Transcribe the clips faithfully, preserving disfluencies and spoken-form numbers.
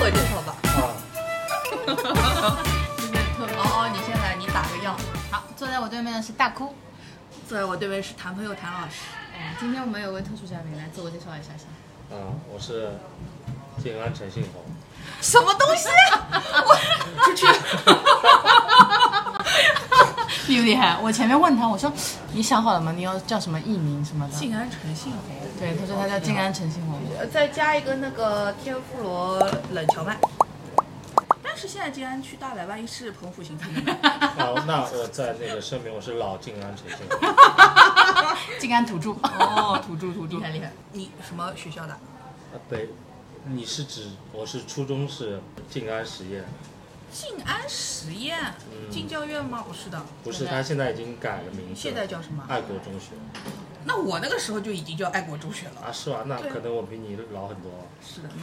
我介绍吧。 啊。 哦哦，你先来，你打个样。 好，坐在我对面的是大哭。 坐在我对面是谭朋友谭老师。 哎，今天我们有位特殊嘉宾，来自我介绍一下先。 啊，我是静安陈信宏。 什么东西？我出去。 厉不厉害？我前面问他，我说你想好了吗？你要叫什么艺名什么的？ 静安陈信宏。 对，他说他叫静安陈信宏。 再加一个那个天妇罗冷荞麦。但是现在静安区大百万是棚户型村的。 好，那我在那个声明，我是老静安陈信宏。 静安土著。 哦，土著土著。厉害厉害。你什么学校的？ 啊，北，你是指我是初中是静安实验。 静安实验， 嗯、 静教院吗？不是的， 不是，他现在已经改了名字。 现在叫什么？ 爱国中学。 那我那个时候就已经叫爱国中学了啊？是吧？那可能我比你老很多。 是的。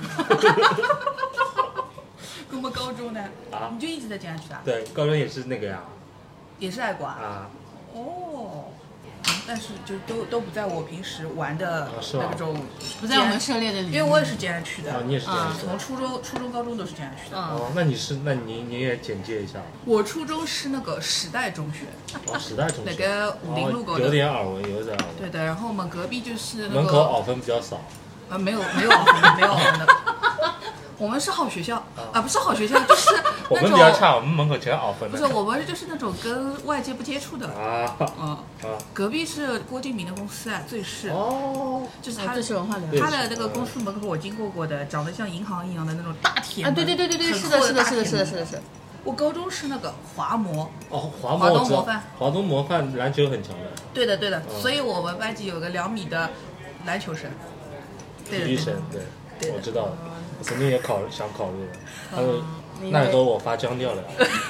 跟我们高中呢？啊？你就一直在静安区啊？ 对，高中也是那个呀。 也是爱国啊？ 啊。 哦。但是就都都不在我平时玩的那种， 不在我们涉猎的领域。 因为我也是静安区的， 啊，你也是静安区， 从初中、初中、高中都是静安区的。 哦，那你是，那你你也简介一下。 我初中是那个时代中学。 哦，时代中学。 那个武林路口的。 有点耳闻，有点耳闻。 对的，然后我们隔壁就是那个。 门口熬分比较少。 呃，没有没有熬分的，没有熬分的。我们是好学校啊，不是好学校，就是我们比较差，我们门口全熬分的。 不是，我们就是那种跟外界不接触的啊。 嗯啊。隔壁是郭敬明的公司啊，最是。 哦。 就是他最是文化的。 他的那个公司门口我经过过的，长得像银行一样的那种大铁门。 啊，对对对对对，是的，是的，是的，是的，是的，是。 我高中是那个华模。 哦，华模。 华东模范。 华东模范篮球很强的。 对的对的，所以我们班级有个两米的篮球神。 体育神，对，我知道了。我曾经也考想考虑了，但是奈何我发僵掉了。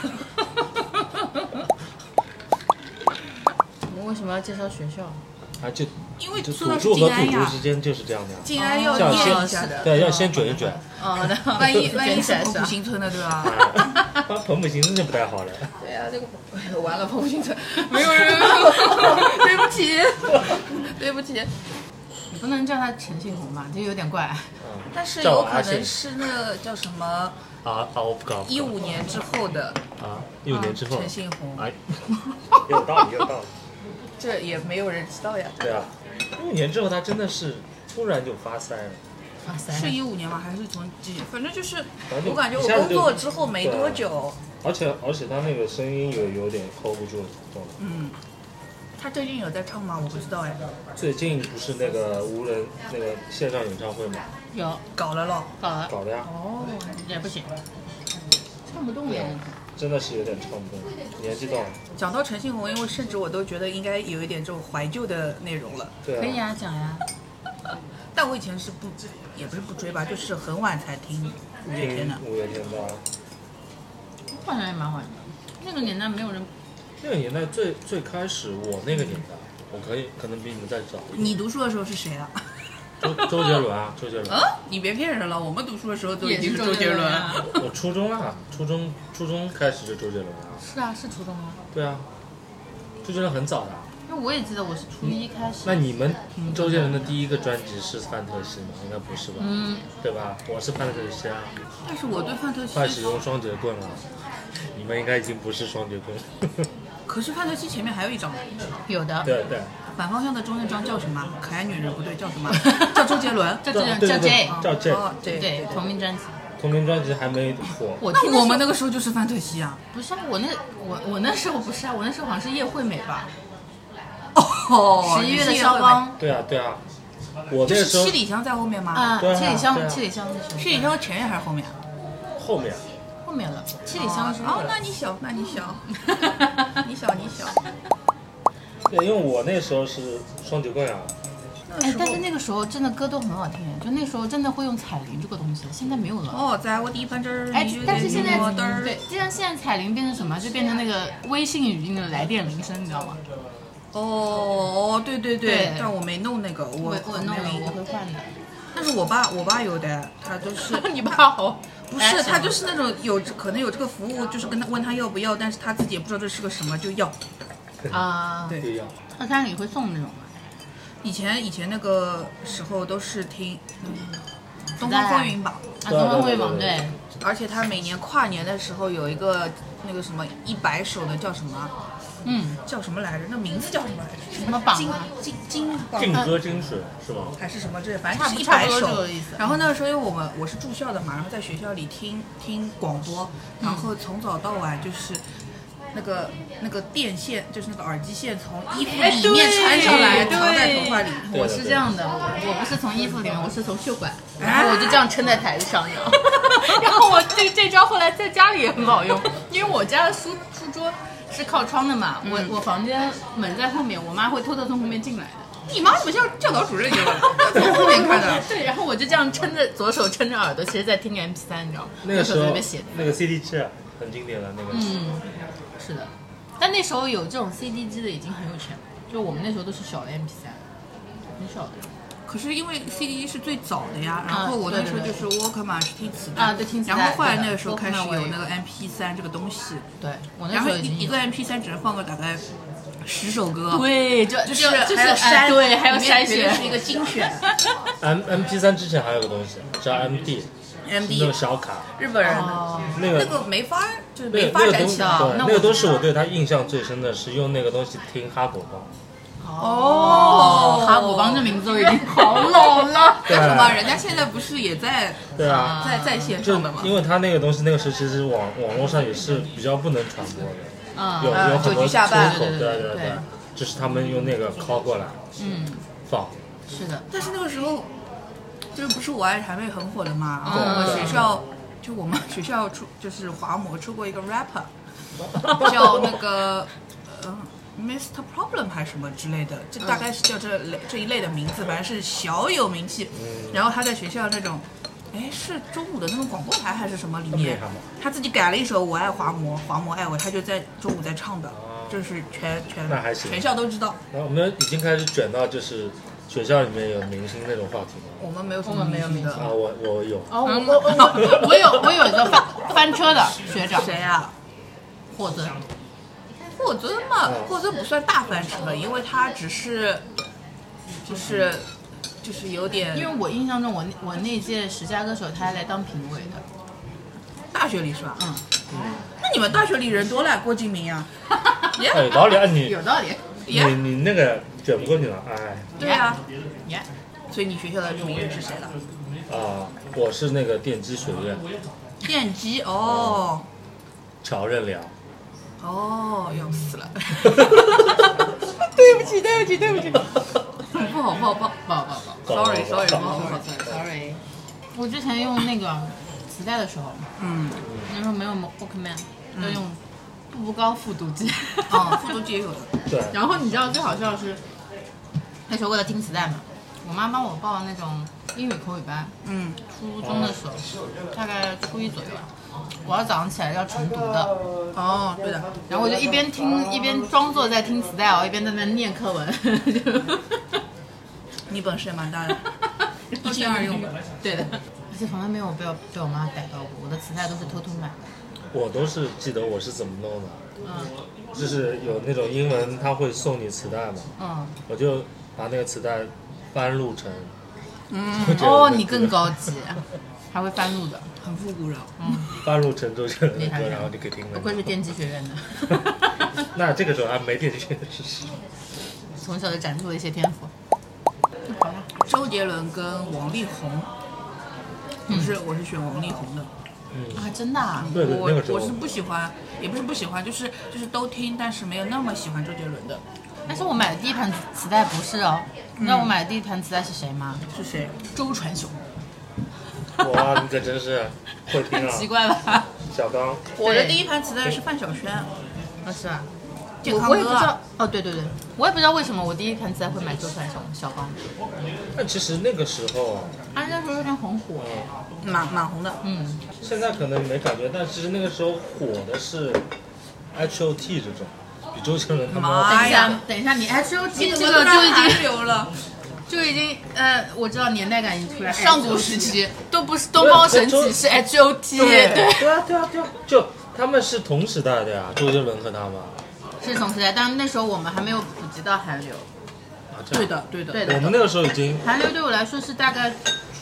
我为什么要介绍学校？ 啊，就因为土著和土著之间就是这样的。 静安要念一下的， 对，要先卷一卷。 哦， 万一万一是棚户新村的，对吧？ 把棚户新村就不太好了。 对呀，这个完了，棚户新村没有人，对不起，对不起。 你不能叫他陈信宏吧，这有点怪。 嗯， 但是有可能是那个叫什么啊啊，我不搞。 一五年之后的啊，一五年之后。 陈信宏。 哎，有道理，有道理。 这也没有人知道呀。 对啊，一五年之后他真的是突然就发腮了。 发腮。 是一五年吗？还是从几？反正就是，我感觉我工作之后没多久。 而且而且他那个声音有有点 hold 不住这种。 嗯。他最近有在唱吗？我不知道哎。 最近不是那个无人那个线上演唱会吗？ 有搞了咯， 搞了， 搞的呀。 哦，也不行，唱不动呀。 真的是有点唱不动，年纪到了。 讲到陈信宏，因为甚至我都觉得应该有一点这种怀旧的内容了。 对啊。 可以啊，讲呀。 但我以前是不，也不是不追吧，就是很晚才听五月天的。 五月天的。 好像也蛮晚的，那个年代没有人。 那个年代最最开始，我那个年代，我可以可能比你们再早。 你读书的时候是谁啊？ 周周杰伦啊，周杰伦。 啊，你别骗人了，我们读书的时候都已经是周杰伦。 我初中啊，初中初中开始就周杰伦啊。 是啊，是初中吗？ 对啊，周杰伦很早的。 因为我也记得我是初一开始。 那你们周杰伦的第一个专辑是范特西吗？应该不是吧？ 嗯。 对吧？我是范特西啊。 但是我对范特西。 快使用双节棍了。你们应该已经不是双节棍。 可是范特西前面还有一张。 有的。 对对。 反方向的中间张叫什么？可爱女人不对，叫什么？叫周杰伦。 叫周杰伦，叫 J。 叫 J。 对对，同名专辑。 同名专辑还没火。 我那我们那个时候就是范特西啊。 不是啊，我那我我那时候不是啊，我那时候好像是叶惠美吧。 哦。 十一月的肖邦。 对啊对啊。我那时候。 七里香在后面吗？ 啊，七里香，七里香那时候。 七里香前面还是后面？ 后面。 后面了，七里香是。 哦，那你小，那你小，你小你小。 对，因为我那时候是双节棍啊。 哎，但是那个时候真的歌都很好听，就那时候真的会用彩铃这个东西，现在没有了。 哦，在我的分针儿。 哎，但是现在对，既然现在彩铃变成什么，就变成那个微信语音的来电铃声，你知道吗？ 哦哦，对对对，但我没弄那个，我我弄了，我会换的。 但是我爸我爸有的，他都是你爸好。 不是，他就是那种有可能有这个服务，就是跟他问他要不要，但是他自己也不知道这是个什么就要。 啊， 对。 二三里会送那种吗？ 以前以前那个时候都是听，嗯， 东方风云榜啊，东方风云榜对。 而且他每年跨年的时候有一个那个什么一百首的叫什么？ 嗯， 叫什么来着？那名字叫什么来着？ 什么榜？ 金金金榜？ 劲歌金曲是吗？ 还是什么？这反正是一百首。然后那个时候因为我们我是住校的嘛，然后在学校里听听广播，然后从早到晚就是。那个那个电线就是那个耳机线从衣服里面穿上来，藏在头发里。 我是这样的，我不是从衣服里面，我是从袖管，然后我就这样撑在台子上，然后然后我这这招后来在家里也很好用，因为我家的书书桌是靠窗的嘛，我我房间门在后面，我妈会偷偷从后面进来的。 你妈怎么像教导主任一样从后面看的？ 对，然后我就这样撑着左手撑着耳朵，其实在听 M P 三，你知道吗？ 那个时候那个 C D 机很经典的那个。 嗯。是的，但那时候有这种 C D 机的已经很有钱了，就我们那时候都是小的 M P 三，很小的。 可是因为 C D 是最早的呀，然后我那时候就是 Walkman 是听磁带啊，对，听磁带。 然后后来那个时候开始有那个 M P 三这个东西， 对，我那时候已经然后一个 M P 三只能放个大概十首歌， 对，就就是就是筛， 对，还有筛选， 是一个精选。 M M P 三之前还有个东西叫 M D。M D 那个小卡， 日本人的、 哦、 那个那个没法，就是没法展起来。那个都是我对他印象最深的，是用那个东西听哈狗帮。 哦，哈狗帮这名字都已经好老了。 为什么人家现在不是也在？ 对啊， 在在线上的吗？ 因为他那个东西，那个时候其实网网络上也是比较不能传播的， 嗯， 有有很多出口，对对对对，就是他们用那个拷过来， 嗯， 放。 是的， 但是那个时候。就是不是我爱台妹很火的嘛？然后我们学校，就我们学校出就是华模出过一个 rapper， 叫那个呃 Mister Problem 还是什么之类的，这大概是叫这类这一类的名字，反正是小有名气。然后他在学校那种，哎，是中午的那种广播台还是什么里面，他自己改了一首《我爱华模，华模爱我》，他就在中午在唱的，就是全全全校都知道。 然后我们已经开始卷到就是。学校里面有明星那种话题吗？ 我们没有什么明星的啊，我我有。 哦，我我我有我有一个翻翻车的学长。 谁呀？ 霍尊。 霍尊嘛，霍尊不算大翻车，因为他只是，就是就是有点。 因为我印象中我我那届十佳歌手他还来当评委的。 大学里是吧？ 嗯。 那你们大学里人多了，郭敬明啊。 有道理啊，你有道理。 你你那个。卷不过你了，哎。 对啊，所以你学校的名人是谁了？ 啊，我是那个电机学院。 电机哦。 乔任梁。 哦，要死了。 对不起，对不起，对不起。 不好，不好，不好，不好，不好。Sorry, Sorry, 不好，不好 ，Sorry。我之前用那个磁带的时候， 嗯， 那时候没有 Walkman， 要用。步步高复读机， 哦，复读机也有的。 对。 然后你知道最好笑的是，那时候为了听磁带嘛，我妈帮我报了那种英语口语班。 嗯。 初中的时候，大概初一左右吧。我要早上起来要晨读的。 哦，对的。 然后我就一边听一边装作在听磁带哦，一边在那念课文。 你本事也蛮大的，一心二用的。 对的。而且从来没有被我被我妈逮到过，我的磁带都是偷偷买的。 我都是记得我是怎么弄的，嗯，就是有那种英文他会送你磁带嘛， 嗯， 我就把那个磁带翻录成， 嗯，哦，你更高级，还会翻录的， 很复古了， 嗯， 翻录成周杰伦的歌，然后就可以听了。 不愧是电机学院的， 那这个时候还没电机学院的知识， 从小就展出了一些天赋。好了， 周杰伦跟王力宏，我是、嗯、我是选王力宏的。 嗯啊，真的啊！ 对对， 我那个时候我是不喜欢，也不是不喜欢，就是就是都听，但是没有那么喜欢周杰伦的。 但是我买的第一盘磁带不是哦，你知道我买的第一盘磁带是谁吗？ 是谁？ 周传雄。 哇，你可真是会听啊！ 很奇怪吧？ 小刚。 我的第一盘磁带是范晓萱。 啊，是啊。 健康歌。我也不知道，哦，对对对，我也不知道为什么我第一盘磁带会买周传雄、小刚。 但其实那个时候啊， 他那时候有点很火， 蛮蛮红的。 嗯。 现在可能没感觉，但其实那个时候火的是 H O T 这种，比周杰伦他们。 等一下，等一下，你 H O T 这个就已经有了。 就已经呃，我知道年代感已经出来，上古时期都不是东方神起，是 H O T。 对对啊对啊对啊，就他们是同时代的呀，周杰伦和他们。 是同时代，但那时候我们还没有普及到韩流。 对的对的对的。 我们那个时候已经。 韩流对我来说是大概初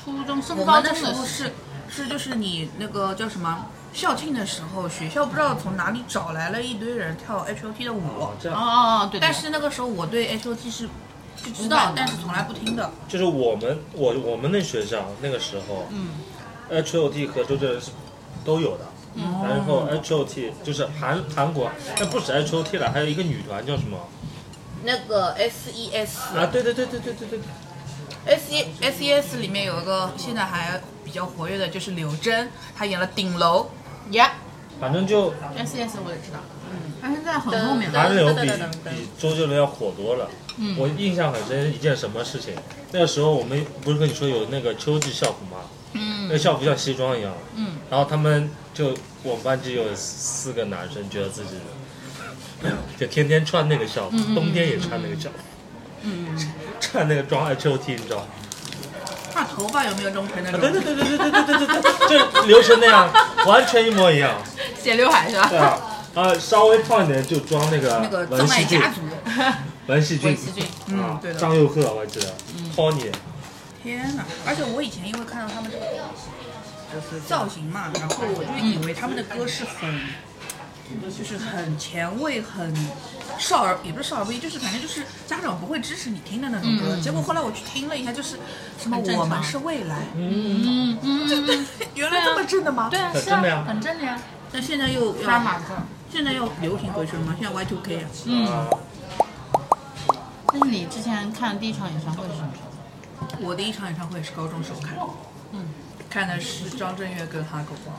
初中升我高中们那时候时是是就是你那个叫什么校庆的时候，学校不知道从哪里找来了一堆人跳 H O T 的舞。 哦，这哦样。 哦哦，对。 但是那个时候我对 H O T 是就知道，但是从来不听的。 就是我们我我们那学校那个时候， 嗯 H O T 和周杰伦是都有的。 嗯。 然后 H O T 就是韩韩国，但不止 H O T 了，还有一个女团叫什么？ 那个 S E S 啊，对对对对对对对。 S E S E S 里面有一个现在还比较活跃的，就是柳真，她演了《顶楼》。 呀反正就 ，S E S 我也知道，嗯，但是在很后面的。 韩流比比周杰伦要火多了。 嗯。 我印象很深一件什么事情，那个时候我们不是跟你说有那个秋季校服吗？ 嗯。 那个校服像西装一样。 嗯。 然后他们就我们班就有四个男生觉得自己就天天穿那个校服， 嗯、 冬天也穿那个校服。 嗯嗯。 穿那个装 H O T 你知道吗？ 他头发有没有弄成那种？ 对对对对对对对对对对，就留成那样，完全一模一样。 剪刘海是吧？ 对啊，啊稍微胖一点就装那个那个文熙俊，文熙俊， 文熙俊， 嗯，对的。 张佑赫我还记得 ，Tony。 天哪！而且我以前因为看到他们这个就是造型嘛，然后我就以为他们的歌是很。就是很前卫，很少儿，也不是少儿不宜，就是反正就是家长不会支持你听的那种歌。嗯、结果后来我去听了一下，就是什么我们是未来， 嗯嗯对对，原来这么正的吗？ 对啊，是啊，很正的呀。 但现在又杀马特， 现在又流行回去了吗？现在 Y 二 K 啊。 嗯。但是你之前看的第一场演唱会是什么时候？ 我第一场演唱会是高中时候看的，嗯，看的是张震岳跟哈狗帮。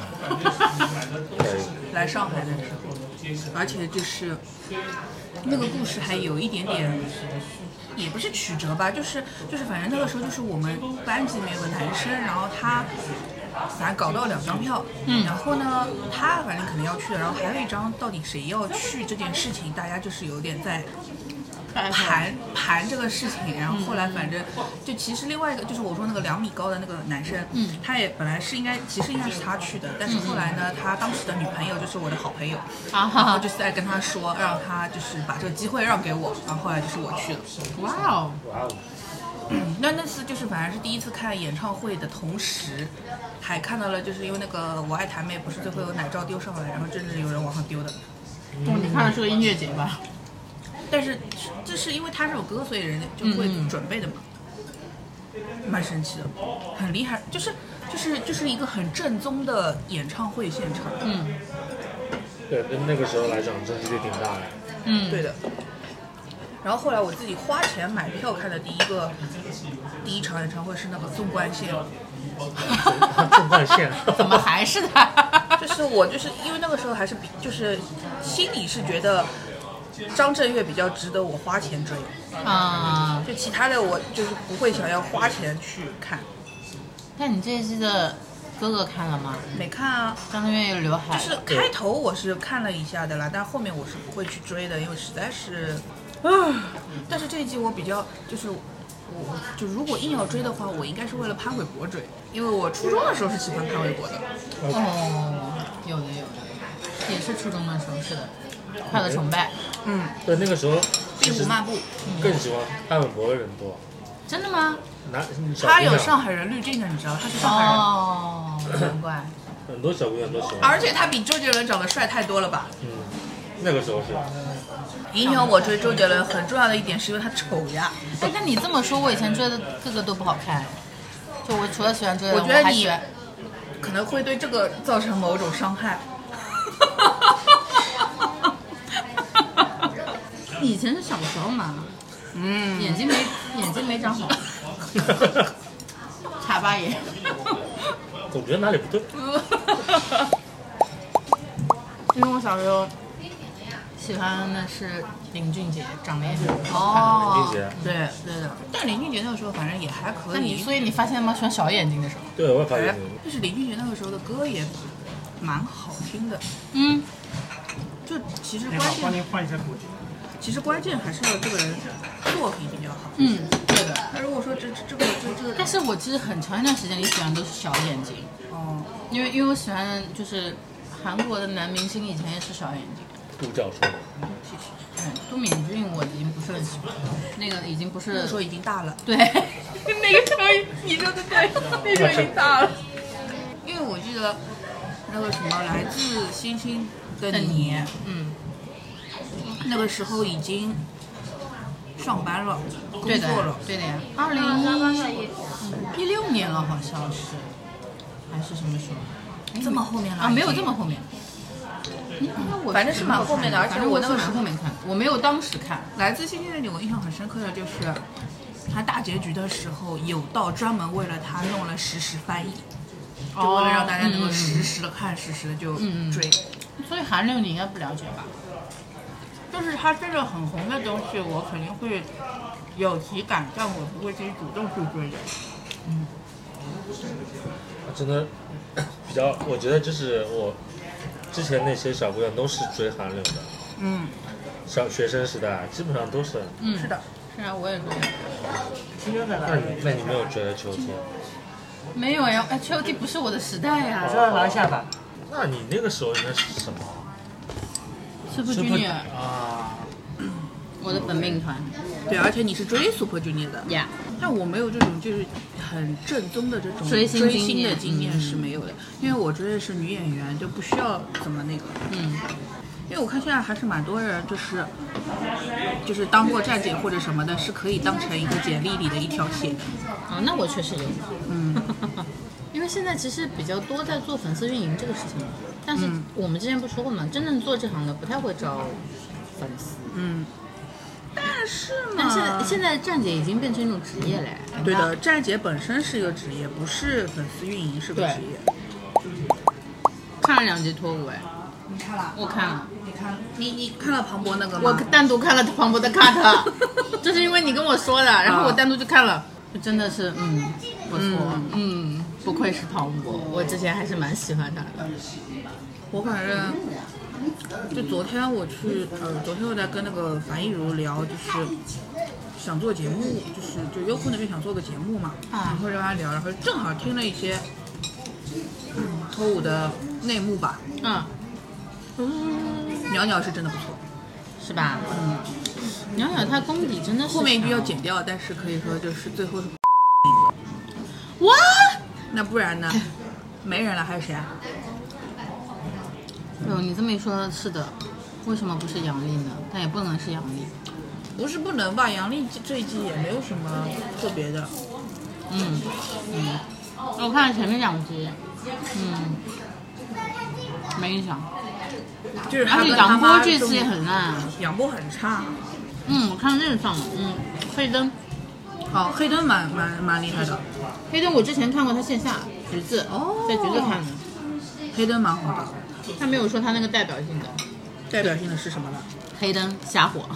来上海的时候，而且就是那个故事还有一点点，也不是曲折吧，就是就是反正那个时候就是我们班级里面有个男生，然后他反正搞到两张票，嗯，然后呢他反正可能要去的，然后还有一张到底谁要去这件事情，大家就是有点在。盘盘这个事情，然后后来反正就其实另外一个就是我说那个两米高的那个男生，嗯，他也本来是应该其实应该是他去的，但是后来呢，他当时的女朋友就是我的好朋友，然后就是在跟他说让他就是把这个机会让给我，然后后来就是我去了。 哇哦， 哇哦！ 那那次就是反正是第一次看演唱会的同时，还看到了就是因为那个我爱台妹不是最后有奶罩丢上来，然后真的有人往上丢的。 哦，你看的是个音乐节吧？ 但是这是因为他这首歌，所以人家就会准备的嘛，嗯嗯蛮神奇的，很厉害，就是就是就是一个很正宗的演唱会现场。 嗯， 对，那个时候来讲，真是挺大的。 嗯， 对的。然后后来我自己花钱买票看的第一个第一场演唱会是那个纵贯线。 纵贯线？ 怎么还是他？ 就是我就是因为那个时候还是就是心里是觉得。张震岳比较值得我花钱追啊， 就其他的我就是不会想要花钱去看。 那你这一季的哥哥看了吗？ 没看啊。 张震岳有刘海。 就是开头我是看了一下的啦，但后面我是不会去追的，因为实在是，啊。但是这一季我比较就是我就如果硬要追的话，我应该是为了潘玮柏追，因为我初中的时候是喜欢潘玮柏的。 哦，有的有的，也是初中的时候，是的。快乐崇拜， 嗯， 对，那个时候壁虎漫步更喜欢潘玮柏的人多。 真的吗？ 男， 他有上海人滤镜的，你知道，他是上海人。 哦，难怪。 很多小姑娘都喜欢。 而且他比周杰伦长得帅太多了吧？ 嗯，那个时候是。 影响我追周杰伦很重要的一点是因为他丑呀。 哎，那你这么说，我以前追的个个都不好看。就我除了喜欢周杰伦， 我觉得你可能会对这个造成某种伤害。 以前是小时候嘛，嗯，眼睛没眼睛没长好，茶八爷， 总觉得哪里不对。 因为我小时候喜欢的是林俊杰，长得也很哦， 林俊杰， 对对的。但林俊杰那个时候反正也还可以。 那你所以你发现吗？喜欢小眼睛的时候。 对，我也发现。 就是林俊杰那个时候的歌也蛮好听的。 嗯。 就其实关键。 帮您换一下口径。 其实关键还是要这个人作品比较好。 嗯，对的。 那如果说这这个这这个， 但是我其实很长一段时间里喜欢都是小眼睛。 哦。 因为因为我喜欢就是韩国的男明星以前也是小眼睛。 独角兽。 都敏俊我已经不是很喜欢，那个已经不是那个时候已经大了。 对，那个时候你说的对，那时候已经大了。 因为我记得那个什么来自星星的你， 嗯， 那个时候已经上班了，工对的作了。 对的呀，二零一六年了，好像是，还是什么时候？ 这么后面了啊？没有这么后面。我反正是蛮后面的，而且我那个那个时候时候没看，我没有当时看。 来自星星的你，我印象很深刻的就是，他大结局的时候，有道专门为了他弄了实时翻译，就为了让大家能够实时的看，实时的就追。 所以韩流你应该不了解吧？就是他真的很红的东西，我肯定会有体感，但我不会自己主动去追的。嗯， 真的比较，我觉得就是我。之前那些小姑娘都是追韩流的， 嗯， 小学生时代基本上都是， 嗯， 是的， 是啊，我也追。 那你那你没有追秋天？ 没有呀，哎，秋天不是我的时代呀。 我说拿下吧。 那你那个时候应该是什么 ？Super Junior 啊， 我的本命团。 对，而且你是追 Super Junior 的呀。 但我没有这种就是很正宗的这种追星星的经验是没有的，因为我追的是女演员，就不需要怎么那个。 嗯， 因为我看现在还是蛮多人就是就是当过站姐或者什么的，是可以当成一个简历里的一条线。 啊，那我确实有。 嗯， 因为现在其实比较多在做粉丝运营这个事情，但是我们之前不说过嘛，真正做这行的不太会招粉丝。 嗯。但是嘛， 但现在现在站姐已经变成一种职业嘞。 对的，站姐本身是一个职业，不是粉丝运营是个职业。 看了两集脱舞哎。 你看了？ 我看了。 你看？你你看了庞博那个吗？ 我单独看了庞博的 cut， 就是因为你跟我说的，然后我单独去看了，就真的是嗯不错，嗯, 嗯不愧是庞博，我之前还是蛮喜欢他的。 我反正。就昨天我去，呃，昨天我在跟那个樊亦茹聊，就是想做节目，就是就优酷那边想做个节目嘛，啊、然后跟他聊，然后正好听了一些脱舞的内幕吧， 嗯， 嗯，袅袅是真的不错， 是吧？嗯，袅袅她功底真的是后面一句要剪掉，但是可以说就是最后是哇， 那不然呢？没人了，还有谁啊？ 哦，你这么一说，是的，为什么不是杨笠呢？但也不能是杨笠， 不是不能吧？杨笠这一季也没有什么特别的。 嗯嗯，我看了前面两集，嗯，没印象。 就是而且杨波这次也很烂， 杨波很差。 嗯，我看那个上了，嗯，黑灯。 哦，黑灯蛮蛮蛮厉害的。 黑灯我之前看过他线下，橘子哦，在橘子看的。 黑灯蛮好的。 他没有说他那个代表性的， 代表性的是什么呢？ 黑灯瞎火。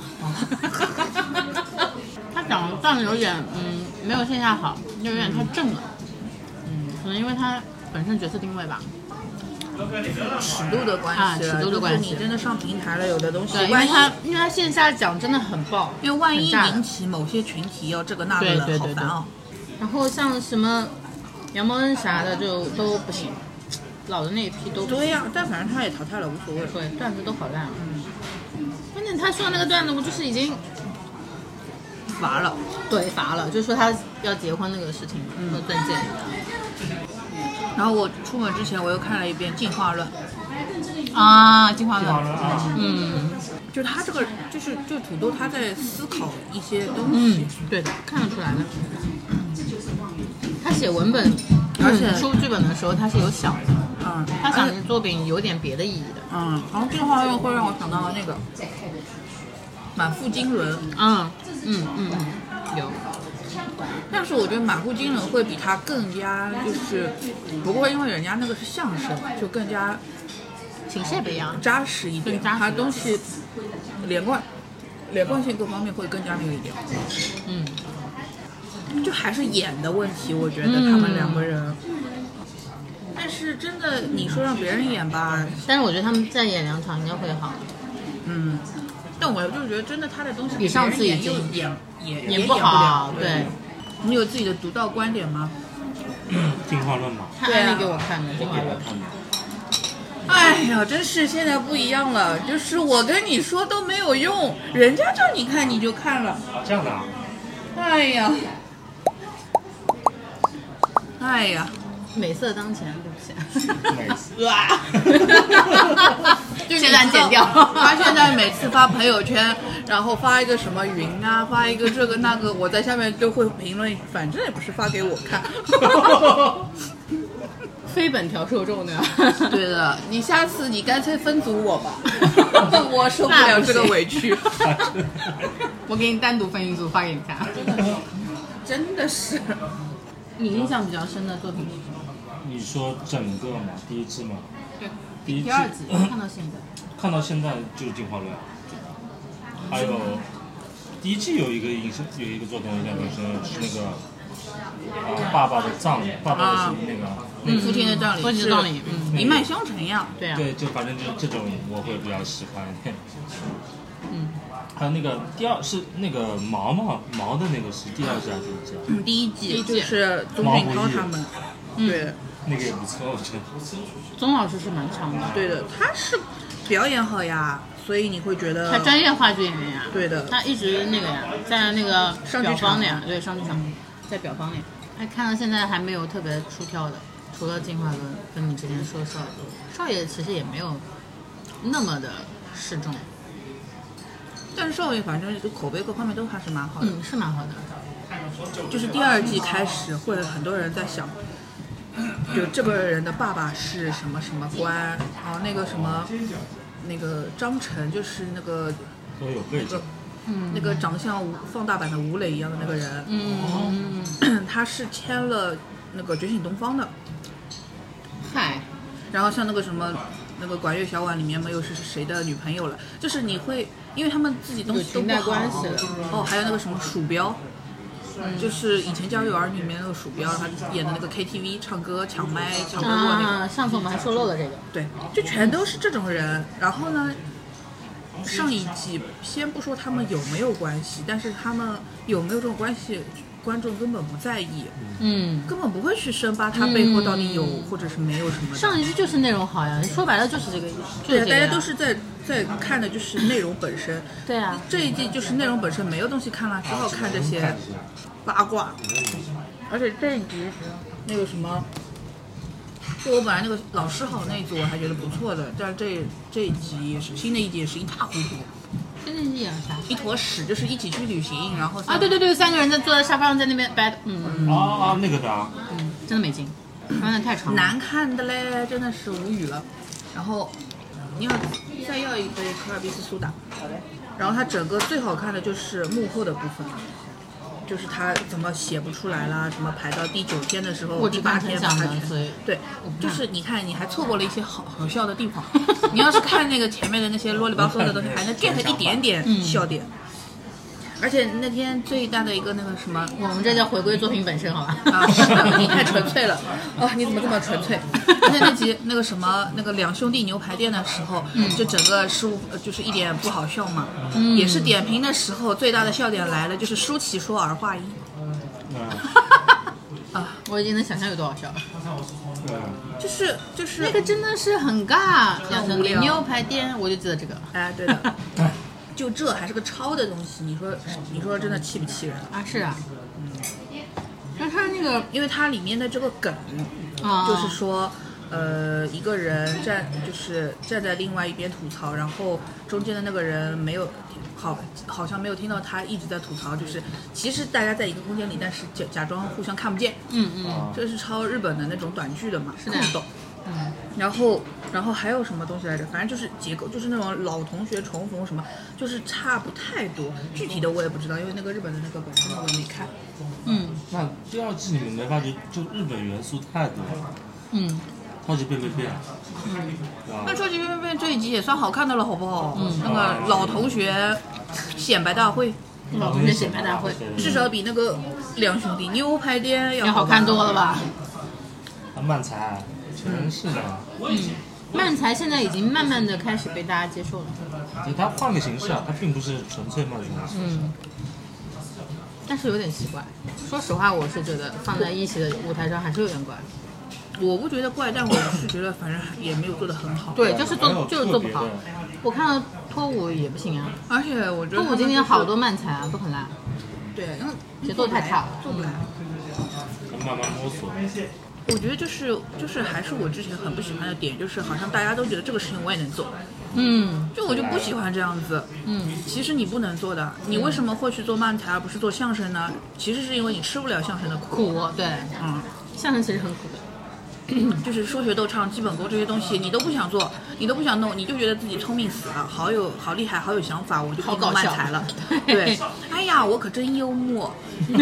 他长得段子有点，嗯，没有线下好，就有点太正了。嗯，可能因为他本身角色定位吧。 尺度的关系， 啊，尺度的关系。 你真的上平台了，有的东西， 对，因为他因为他线下讲真的很爆， 因为万一引起某些群体要这个那个的，好烦哦。 然后像什么杨蒙恩啥的就都不行。老的那一批都对呀、啊，但反正他也淘汰了，无所谓。 对，段子都好烂。嗯，关键他说的那个段子，我就是已经乏了。 对，乏了，就说他要结婚那个事情嘛，和邓健。 然后我出门之前，我又看了一遍《进化论》。 啊，进化论。 啊、 嗯， 就他这个，就是就土豆他在思考一些东西。嗯，对的，看得出来的。他写文本，而且出剧本的时候，他是有想的。 嗯， 他想的作品有点别的意义的。 嗯，然后进化论会让我想到了那个满腹经纶。 嗯嗯嗯嗯，有。 但是我觉得满腹经纶会比他更加就是，不过因为人家那个是相声，就更加形式也不一样， 扎实一点，他东西连贯、连贯性各方面会更加那个一点。嗯，就还是演的问题，我觉得他们两个人。嗯但是真的，你说让别人演吧， 但是我觉得他们再演两场应该会好。 嗯，但我就觉得真的他的东西比上次已经演也演不好。对， 你有自己的独到观点吗？ 嗯，进化论嘛。 他安利给我看的，进化论。 哎呀，真是现在不一样了，就是我跟你说都没有用，人家叫你看你就看了。 啊，这样的啊。 哎呀，哎呀， 美色当前，对不起。 美色。 哇！就现在剪掉。 他现在每次发朋友圈，然后发一个什么云啊，发一个这个那个，我在下面就会评论，反正也不是发给我看。 非本条受众的。 对的，你下次你干脆分组我吧，我受不了这个委屈。 我给你单独分一组发给你看。 真的是。 你印象比较深的作品是什么？ 你说整个嘛，第一季嘛。 对， 第一季第二季看到现在。 看到现在就是进化论，还有第一季有一个影视有一个作品我印象很深，是那个啊爸爸的葬礼，爸爸的是那个。 嗯，父亲的葬礼， 父亲的葬礼，嗯， 一脉相承呀。 对啊。 对，就反正就是这种我会比较喜欢一点。 嗯。 还有那个第二是那个毛毛毛的那个是第二季还是第一季啊？ 嗯，第一季就是宗俊涛他们。对。 那个也不错，我觉得。 宗老师是蛮强的。 对的，他是表演好呀，所以你会觉得他专业话剧演员呀。 对的。 他一直那个呀，在那个表方的呀，对，上剧场，在表方的呀。他看到现在还没有特别出挑的。除了进化论跟你之前说少爷，少爷其实也没有那么的适中， 但是少爷反正口碑各方面都还是蛮好的， 嗯，是蛮好的。 就是第二季开始会很多人在想，就这个人的爸爸是什么什么官，哦，那个什么，那个张晨就是那个都有背景， 嗯，那个长得像放大版的吴磊一样的那个人， 嗯， 他是签了那个觉醒东方的。 嗨， 然后像那个什么，那个管乐小馆里面没有是谁的女朋友了，就是你会，因为他们自己东西都不好。 关系了。 哦，还有那个什么鼠标，嗯、就是以前《家有儿女》里面那个鼠标，他演的那个 K T V 唱歌抢麦抢歌那个。 啊，上次我们还说漏了这个。 对，就全都是这种人。然后呢，上一季先不说他们有没有关系，但是他们有没有这种关系？观众根本不在意， 嗯， 根本不会去深扒他背后到底有、嗯、或者是没有什么的。 上一季就是内容好呀，说白了就是这个意思。对、 啊，大家都是在在看的就是内容本身。 对啊， 这一季就是内容本身没有东西看了，只好看这些八卦。而且这一集那个什么，就我本来那个老师好那一组我还觉得不错的，但是这这一集也是新的一集也是一塌糊涂。 新的一集有啥？ 一坨屎，就是一起去旅行，然后啊，对对对，三个人在坐在沙发上在那边掰，嗯啊啊那个的啊， 嗯，真的没劲，真的太长了， 难看的嘞，真的是无语了。然后你要再要一杯可尔必斯苏打，然后它整个最好看的就是幕后的部分。就是他怎么写不出来啦？什么排到第九天的时候，第八天把它全对，就是你看你还错过了一些好好笑的地方。你要是看那个前面的那些啰里吧嗦的东西，还能 get 一点点笑点。嗯、而且那天最大的一个那个什么， 我们这叫回归作品本身，好吧？ 啊，是的，你太纯粹了。哦，你怎么这么纯粹？而且那集那个什么那个两兄弟牛排店的时候，嗯、就整个失误就是一点不好笑嘛。嗯、也是点评的时候最大的笑点来了，就是舒淇说儿化音。 嗯、 啊， 我已经能想象有多好笑了。 就是就是那个真的是很尬， 很无聊。 牛排店我就记得这个。 哎，对的。就这还是个抄的东西，你说你说真的气不气人啊？是啊，嗯，那他那个， 因为它里面的这个梗， 啊、 就是说，呃，一个人站就是站在另外一边吐槽，然后中间的那个人没有好好像没有听到他一直在吐槽，就是其实大家在一个空间里，但是假假装互相看不见。 嗯嗯， 这是抄日本的那种短剧的嘛， 是的。 嗯，然后，然后还有什么东西来着？反正就是结构，就是那种老同学重逢什么，就是差不太多。具体的我也不知道，因为那个日本的那个本身我也没看。 嗯， 那第二季你们没发觉，就日本元素太多了。 嗯， 超级变变变。 嗯，那超级变变变这一集也算好看的了，好不好？ 嗯， 那个老同学显摆大会， 老同学显摆大会， 至少比那个两兄弟牛排店要好看多了吧？ 啊，漫才。全是的， 嗯，漫才现在已经慢慢的开始被大家接受了。 就他换个形式啊，他并不是纯粹漫才。 嗯，但是有点奇怪。说实话，我是觉得放在一起的舞台上还是有点怪。 我不觉得怪，但我是觉得反正也没有做的很好。 对，就是做就是做不好特别的。 我看到脱舞也不行啊， 而且我觉得脱舞今天好多慢才啊，都很烂。 对，因为节奏太差了做不来。 慢慢摸索。 我觉得就是就是还是我之前很不喜欢的点，就是好像大家都觉得这个事情我也能做， 嗯就我就不喜欢这样子。 嗯， 其实你不能做的，你为什么会去做漫才而不是做相声呢？其实是因为你吃不了相声的苦。 苦对， 嗯， 相声其实很苦的。 就是说学逗唱、基本功这些东西，你都不想做，你都不想弄，你就觉得自己聪明死了，好有好厉害，好有想法，我就可以弄漫才了。对，哎呀，我可真幽默。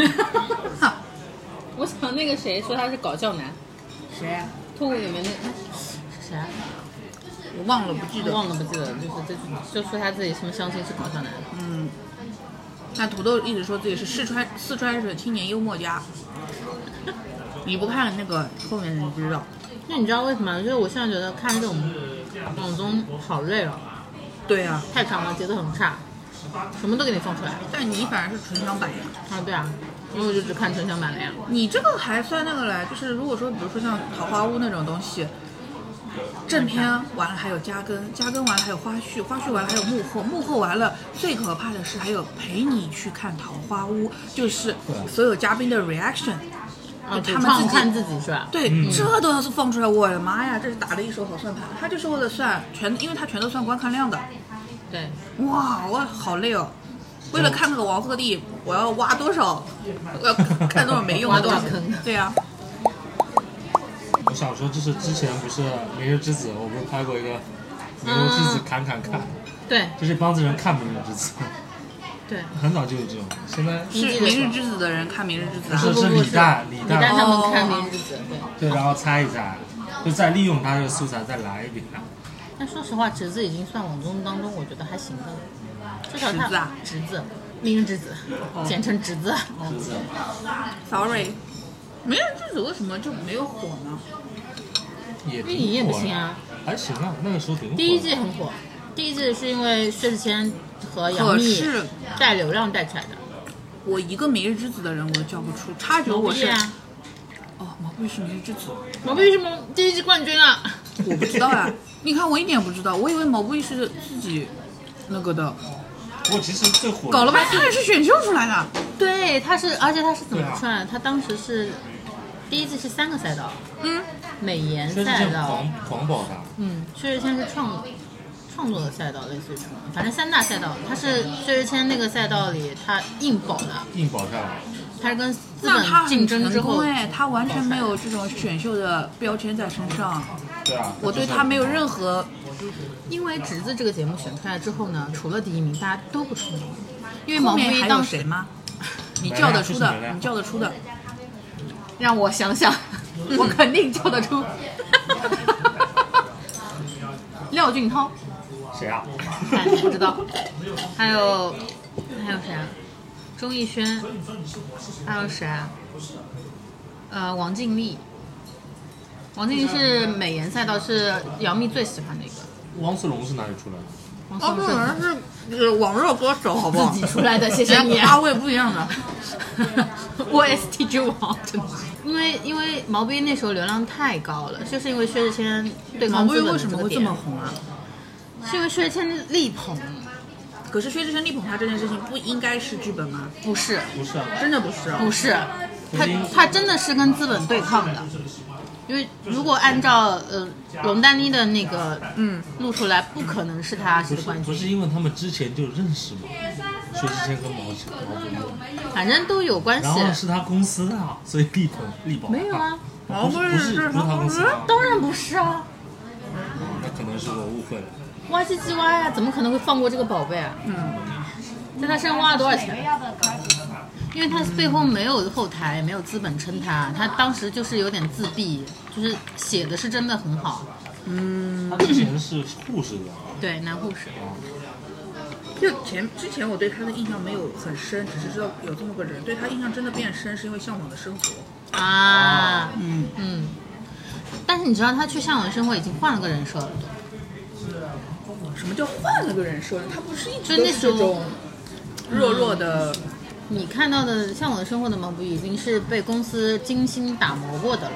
我想那个谁说他是搞笑男， 谁？ 脱舞里面那是谁啊？ 我忘了，不记得。 忘了不记得，就是这就说他自己什么相亲是搞笑男。 嗯，那土豆一直说自己是四川四川省青年幽默家。你不看那个后面的你不知道。 那你知道为什么？就是我现在觉得看这种网综好累了。 对啊， 太长了，节奏很差，什么都给你放出来。 但你反而是纯享版呀。 啊，对啊，因为我就只看纯享版了呀。 你这个还算那个嘞，就是如果说比如说像桃花坞那种东西，正片完了还有加更，加更完了还有花絮，花絮完了还有幕后，幕后完了最可怕的是还有陪你去看桃花坞，就是所有嘉宾的 reaction。 啊， 他们自己看自己是吧？ 对，嗯、这都要是放出来，我的妈呀，这是打了一手好算盘。他就是为了算全，因为他全都算观看量的。 对， 哇，我好累哦。为了看那个王鹤棣，我要挖多少？我要看多少没用的东西？对呀、啊。 我想说，就是之前不是《明日之子》，我不是拍过一个《明日之子》砍砍看， 对， 就是一帮子人看《明日之子》。 对， 很早就有这种，现在是《明日之子》的人看《明日之子》啊， 不是是李诞， 李诞他们看《明日之子》， 对，对，然后猜一猜，就再利用他的素材再来一遍。 但说实话，侄子已经算网综当中我觉得还行的了，至少他侄子啊， 侄子，明日之子，哦、简称侄子。 侄子 ，sorry，《明日之子》为什么就没有火呢？ 也因为你也不行啊， 还行啊，那个时候挺火。 第一季很火，第一季是因为薛之谦和杨幂带流量带出来的。 我一个明日之子的人我都叫不出，插曲我是。 啊、 哦，毛不易是明日之子。 毛不易是毛第一季冠军啊！ 我不知道呀、啊，你看我一点不知道，我以为毛不易是自己那个的。 不过其实最火搞了半天他也是选秀出来的。 对，他是，而且他是怎么出来的？他当时是第一季是三个赛道， 嗯， 美颜赛道， 狂狂保他。 嗯，薛之谦是创。创作的赛道类似于什么，反正三大赛道，他是薛之谦那个赛道里他硬保的， 硬保下来。 他是跟资本竞争之后， 哎，他完全没有这种选秀的标签在身上。 对啊， 我对他没有任何。 因为侄子这个节目选出来之后呢，除了第一名，大家都不出名。因为毛不易当时谁吗？你叫得出的，你叫得出的。 让我想想，我肯定叫得出。廖俊涛。 谁啊？ 不知道。还有还有谁啊？钟逸轩。还有谁啊？呃，王静丽。王静丽是美颜赛道，是杨幂最喜欢的一个。 汪苏泷是哪里出来的？ 汪苏泷是网络歌手，好不好？ 自己出来的，谢谢你。 咖位不一样的。 O S T 之王，真的。因为因为毛不易那时候流量太高了，就是因为薛之谦对抗资本的这个点。毛不易为什么会这么红啊？ 是因为薛之谦力捧。 可是薛之谦力捧他这件事情不应该是剧本吗？ 不是， 不是啊， 真的不是啊， 不是，他他真的是跟资本对抗的。因为如果按照呃龙丹妮的那个嗯录出来，不可能是他是冠军。 不是因为他们之前就认识吗？薛之谦跟毛毛不易， 反正都有关系。 然后是他公司的，所以力捧力保。 没有啊， 毛不易是他公司， 当然不是啊。 那可能是我误会了。 挖唧唧挖呀，怎么可能会放过这个宝贝啊？嗯，在他身上挖了多少钱？因为他背后没有后台，没有资本撑他，他当时就是有点自闭，就是写的是真的很好。 嗯， 他之前是护士的， 对，男护士。 就前之前我对他的印象没有很深，只是知道有这么个人，对他印象真的变深是因为《向往的生活》 啊， 嗯嗯。但是你知道他去《向往的生活》已经换了个人设了。 什么叫换了个人设呢？他不是一直都是这种弱弱的。嗯， 你看到的《向往的生活》的毛不易已经是被公司精心打磨过的了。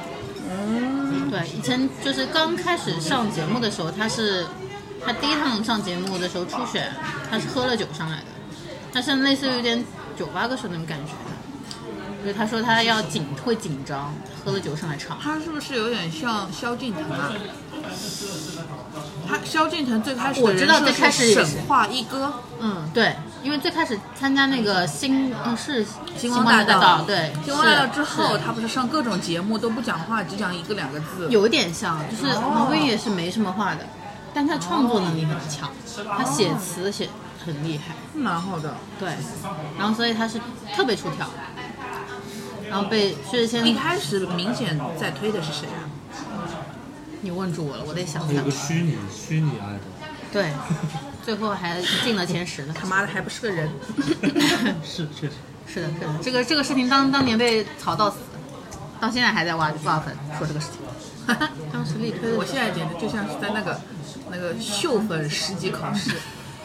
嗯，对，以前就是刚开始上节目的时候，他是他第一趟上节目的时候初选，他是喝了酒上来的，他是类似于有点酒吧歌手那种感觉。就是他说他要紧会紧张，喝了酒上来唱。 他是不是有点像萧敬腾啊？他萧敬腾最开始我知道最开始神话一哥， 嗯，对，因为最开始参加那个星，嗯，是星光大道， 道对， 星光大道之后，他不是上各种节目都不讲话，只讲一个两个字， 有点像，就是王菲也是没什么话的，但他创作能力很强，他写词写很厉害， 蛮好的。 对，然后所以他是特别出挑。然后被薛之谦一开始明显在推的是谁啊？ 你问住我了，我得想想。 有个虚拟虚拟爱的， 对，最后还进了前十了。 他妈的还不是个人。 是确实。 是的，是的，这个这个事情当当年被炒到死，到现在还在挖挖粉说这个事情。当时力推的， 我现在简直就像是在那个那个秀粉十级考试。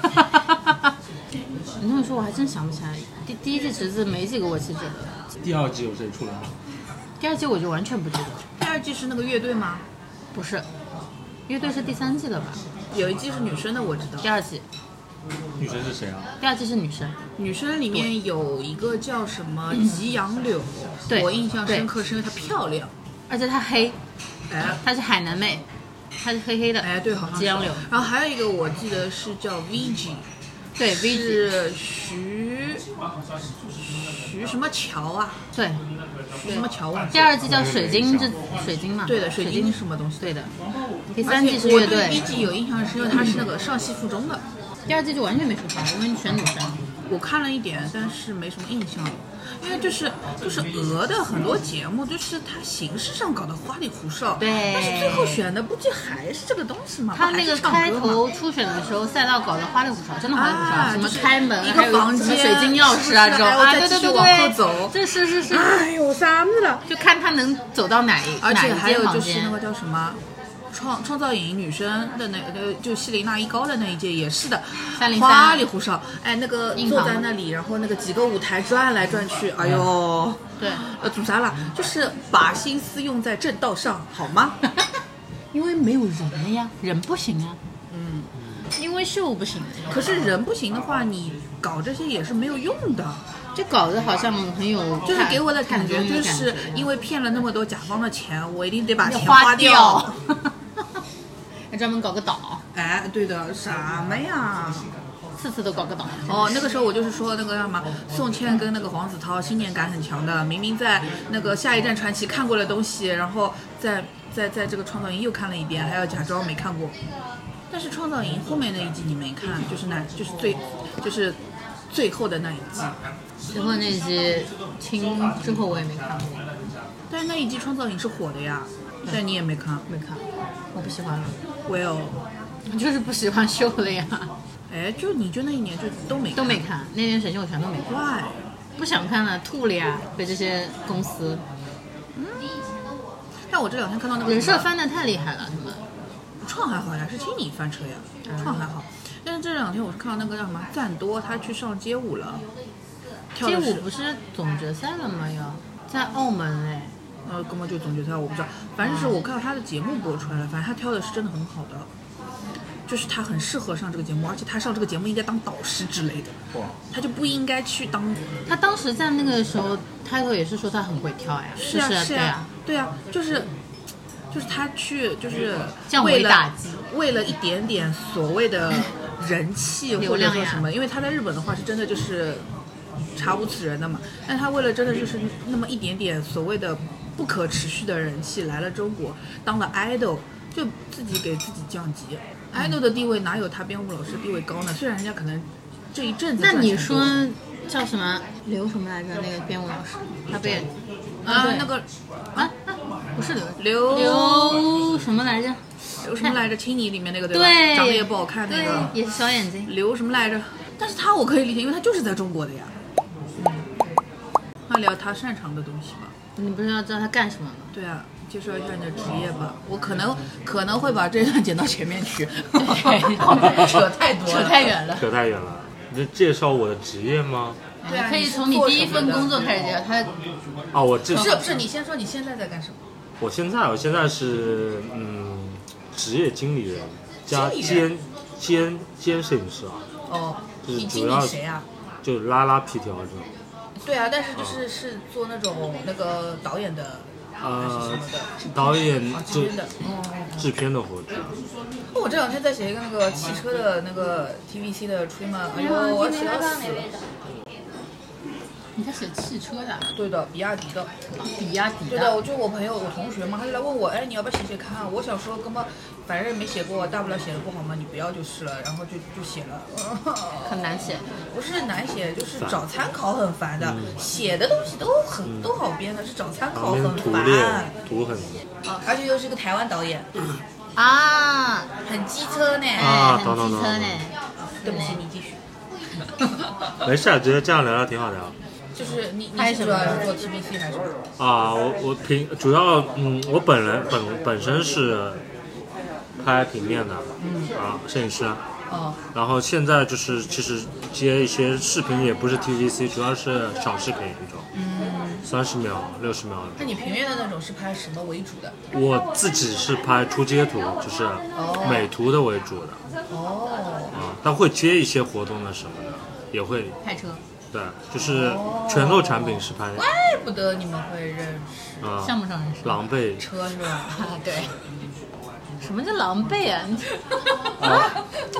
你这么说，我还真想不起来。第第一季侄子没几个我记着的。 第二季有谁出来吗？ 第二季我就完全不记得。 第二季是那个乐队吗？ 不是，乐队是第三季了吧？ 有一季是女生的，我知道。 第二季。 女生是谁啊？ 第二季是女生。 女生里面有一个叫什么吉杨柳， 对， 我印象深刻是因为她漂亮， 而且她黑， 哎， 她是海南妹，她是黑黑的， 哎，对，好像吉杨柳。 然后还有一个我记得是叫 V G。 对 ，V G 是徐徐什么桥啊？ 对， 徐什么桥啊？ 第二季叫水晶之水晶嘛？ 对的，水晶是什么东西？ 对的。第三季是乐队。 第一季有印象是因为他是那个上戏附中的。 第二季就完全没出场，因为全女生。 我看了一点，但是没什么印象，因为就是就是俄的很多节目，就是它形式上搞得花里胡哨， 对， 但是最后选的估计还是这个东西嘛。 他那个开头初选的时候，赛道搞得花里胡哨，真的花里胡哨， 啊、 什么开门， 一个房间， 水晶钥匙啊这种，啊，对对对对， 往后走， 这是是是， 哎呦，啥子了？ 就看他能走到哪一， 而且还有就是那个叫什么？创创造营女生的那个就希林娜一高的那一届也是的，花里胡哨，哎，那个坐在那里，然后那个几个舞台转来转去，哎呦， 对， 呃，做啥了？就是把心思用在正道上，好吗？ 因为没有人了呀，人不行啊， 嗯， 因为秀不行。 可是人不行的话，你搞这些也是没有用的。 就搞得好像很有， 就是给我的感觉，就是因为骗了那么多甲方的钱，我一定得把钱花掉。 还专门搞个岛， 哎，对的，什么呀？ 次次都搞个岛。 哦，那个时候我就是说那个叫什么，宋茜跟那个黄子韬信念感很强的，明明在那个《下一站传奇》看过的东西，然后在在在这个创造营又看了一遍，还要假装没看过。但是创造营后面那一季你没看，就是那，就是最，就是最后的那一季。 最后那一集清之后我也没看过， 但是那一季创造营是火的呀，但你也没看， 没看，我不喜欢了。 Well， 我就是不喜欢秀了呀。 哎，就你就那一年就都没看都没看，那年选秀我全都没看。 Why？ 不想看了，吐了呀，被这些公司。 嗯。但我这两天看到那个人设翻的太厉害了，他们。 创还好呀，是听你翻车呀，创还好。但是这两天我是看到那个叫什么赞多，他去上街舞了。 街舞不是总决赛了吗？要在澳门哎。 呃，根本就总决赛，我不知道。反正是我看到他的节目播出来了，反正他挑的是真的很好的，就是他很适合上这个节目，而且他上这个节目应该当导师之类的，他就不应该去当。 他当时在那个时候，title也是说他很会跳呀， 是啊， 是啊， 对啊，就是就是他去就是降维打击， 为了一点点所谓的人气或者说什么，因为他在日本的话是真的就是查无此人的嘛，但他为了真的就是那么一点点所谓的不可持续的人气来了中国当了 idol， 就自己给自己降级。嗯、idol 的地位哪有他编舞老师地位高呢？虽然人家可能这一阵子那你说叫什么刘什么来着？那个编舞老师他被啊那个啊不是刘刘刘什么来着？ 刘什么来着？青你里面那个对吧？ 对， 长得也不好看那个， 也是小眼睛。 刘什么来着？但是他我可以理解，因为他就是在中国的呀。嗯，那聊他擅长的东西吧。 你不是要知道他干什么吗？ 对啊，介绍一下你的职业吧。我可能可能会把这段剪到前面去，扯太多了， 扯太远了， 扯太远了。你在介绍我的职业吗？ 对啊，可以从你第一份工作开始介绍。他哦，我这不是不是，你先说你现在在干什么？ 我现在我现在是嗯职业经理人加兼兼兼摄影师啊。 哦， 就是你经主要理谁啊？ 就拉拉皮条这种。 对啊，但是就是、嗯、是做那种那个导演的。 呃，导演就制片的活着。 我这两天在写一个那个汽车的那个 T V C 的吹嘛，哎呦，我写到死了。 你在写汽车的？ 对的，比亚迪的。 比亚迪的。 对的，我就我朋友，我同学嘛，他就来问我，哎，你要不要写写看？我想说，根本反正没写过，大不了写的不好嘛，你不要就是了，然后就就写了。 很难写。 不是难写，就是找参考很烦的。嗯、写的东西都很、嗯、都好编的，是找参考很烦。 图很。 哦，而且又是个台湾导演。 啊， 很机车呢。 啊， 很机车呢。 对不起，你继续。 没事，觉得这样聊聊挺好的。 就是你你主要是做 T V C 还是？ 啊，我我平主要嗯，我本人本本身是拍平面的，嗯啊，摄影师。 哦。 然后现在就是其实接一些视频也不是 T V C， 主要是小视频那种。嗯。三十秒、六十秒的。 那你平面的那种是拍什么为主的？ 我自己是拍出街图，就是美图的为主的。 哦。 啊，但会接一些活动的什么的，也会。 拍车。 对，就是全购产品是拍的。 怪不得你们会认识。 啊。 项目上认识。 狼狈。 车是吧？ 啊，对。什么叫狼狈啊？ 啊。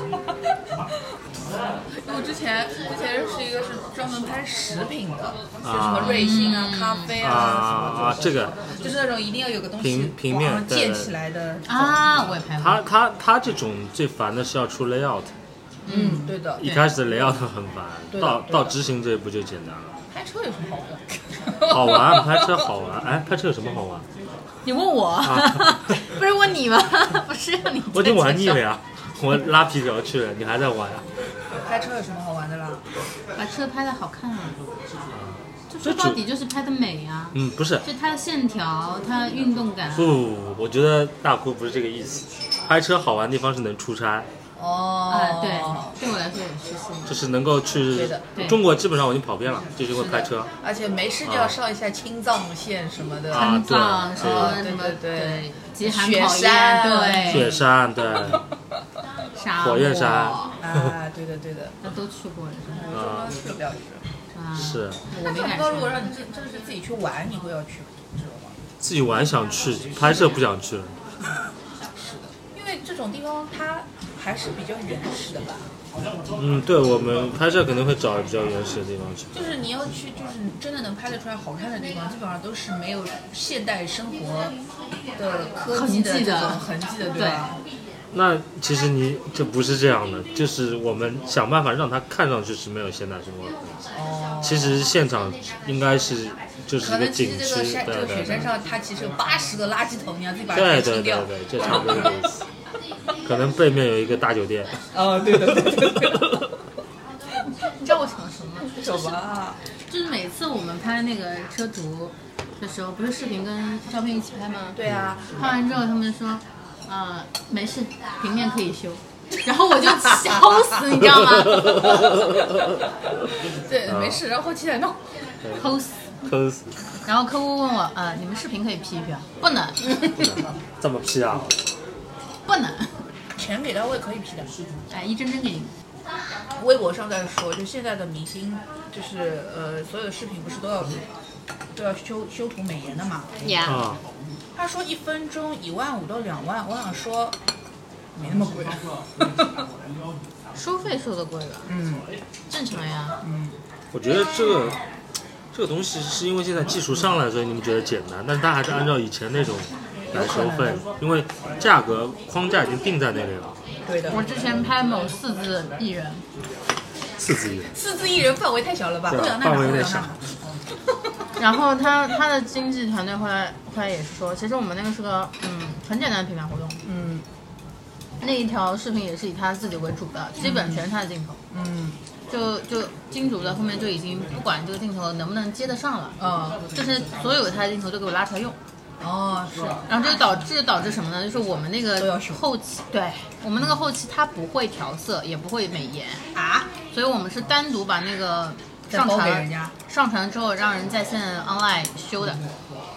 我之前之前认识一个是专门拍食品的，就什么瑞幸啊、咖啡啊什么啊，这个就是那种一定要有个东西平平面建起来的啊，我也拍过。 他他他这种最烦的是要出 layout。 嗯，对的。 一开始的 layout 很烦，到到执行这一步就简单了。 拍车有什么好玩？ 好玩，拍车好玩。哎，拍车有什么好玩？ 你问我，啊、不是问你吗？不是让你。 我已经玩腻了呀，我拉皮条去了，你还在玩呀？ 拍车有什么好玩的啦？ 把车拍的好看啊！就说到底就是拍的美啊。 嗯，不是。 就它的线条，它的运动感。 不不不，我觉得大姑不是这个意思。拍车好玩的地方是能出差。 哦。 啊，对，对我来说也是。 就是能够去。 对的。 中国基本上我已经跑遍了，就是因为拍车。 而且没事就要上一下青藏线什么的。 青藏什么什么对。 极寒雪山对。 雪山对。火焰山啊，对的对的， 那都去过了， 我说去了不要去。 啊， 是。 那这么高，如果让你真真的是自己去玩，你会要去这种吗？ 自己玩想去，拍摄不想去了。 是的，因为这种地方它还是比较原始的吧。 嗯，对，我们拍摄肯定会找比较原始的地方去。 就是你要去，就是真的能拍得出来好看的地方，基本上都是没有现代生活的科技的这种痕迹的，对吧？ 那其实你这不是这样的，就是我们想办法让它看上去是没有现代生活的痕迹。哦。其实现场应该是就是一个景区。可能其实这个山，这个雪山上，它其实有八十个垃圾桶，你要自己把它清掉。对对对对，这差不多这个意思。可能背面有一个大酒店。 哦，对的对的对的。 你知道我想什么吗？ 什么啊？ 就是每次我们拍那个车图的时候，不是视频跟照片一起拍吗？ 对啊。 拍完之后，他们说。啊、呃，没事，平面可以修，然后我就笑死，你知道吗？ 对，没事，然后后期来弄， 抠死， 抠死。 然后客户问我，呃，你们视频可以 P 一 P 啊？不能， 不能，这么 P 啊？ 不能， 钱给他我也可以 P 的， 哎，一帧帧给你。 微博上在说，就现在的明星，就是呃，所有的视频不是都要都要修修图美颜的嘛？ 呀、yeah. 啊。 他说一分钟一万五到两万，我想说没那么贵。 收费收的贵吧？ 嗯， 正常呀。 嗯， 我觉得这个这个东西是因为现在技术上来，所以你们觉得简单，但是它还是按照以前那种来收费，因为价格框架已经定在那里了。 对的。 我之前拍某四字艺人。 四字艺人。 四字艺人范围太小了吧？ 对，范围有点小。 然后他他的经纪团队后来后来也是说，其实我们那个是个嗯很简单的品牌活动， 嗯， 那一条视频也是以他自己为主的，基本全是他的镜头， 嗯， 就就金主在后面就已经不管这个镜头能不能接得上了， 嗯， 就是所有他的镜头都给我拉出来用， 哦是， 然后这就导致导致什么呢？就是我们那个后期，对我们那个后期它不会调色，也不会美颜啊， 所以我们是单独把那个。上传上传之后让人在线 online 修的，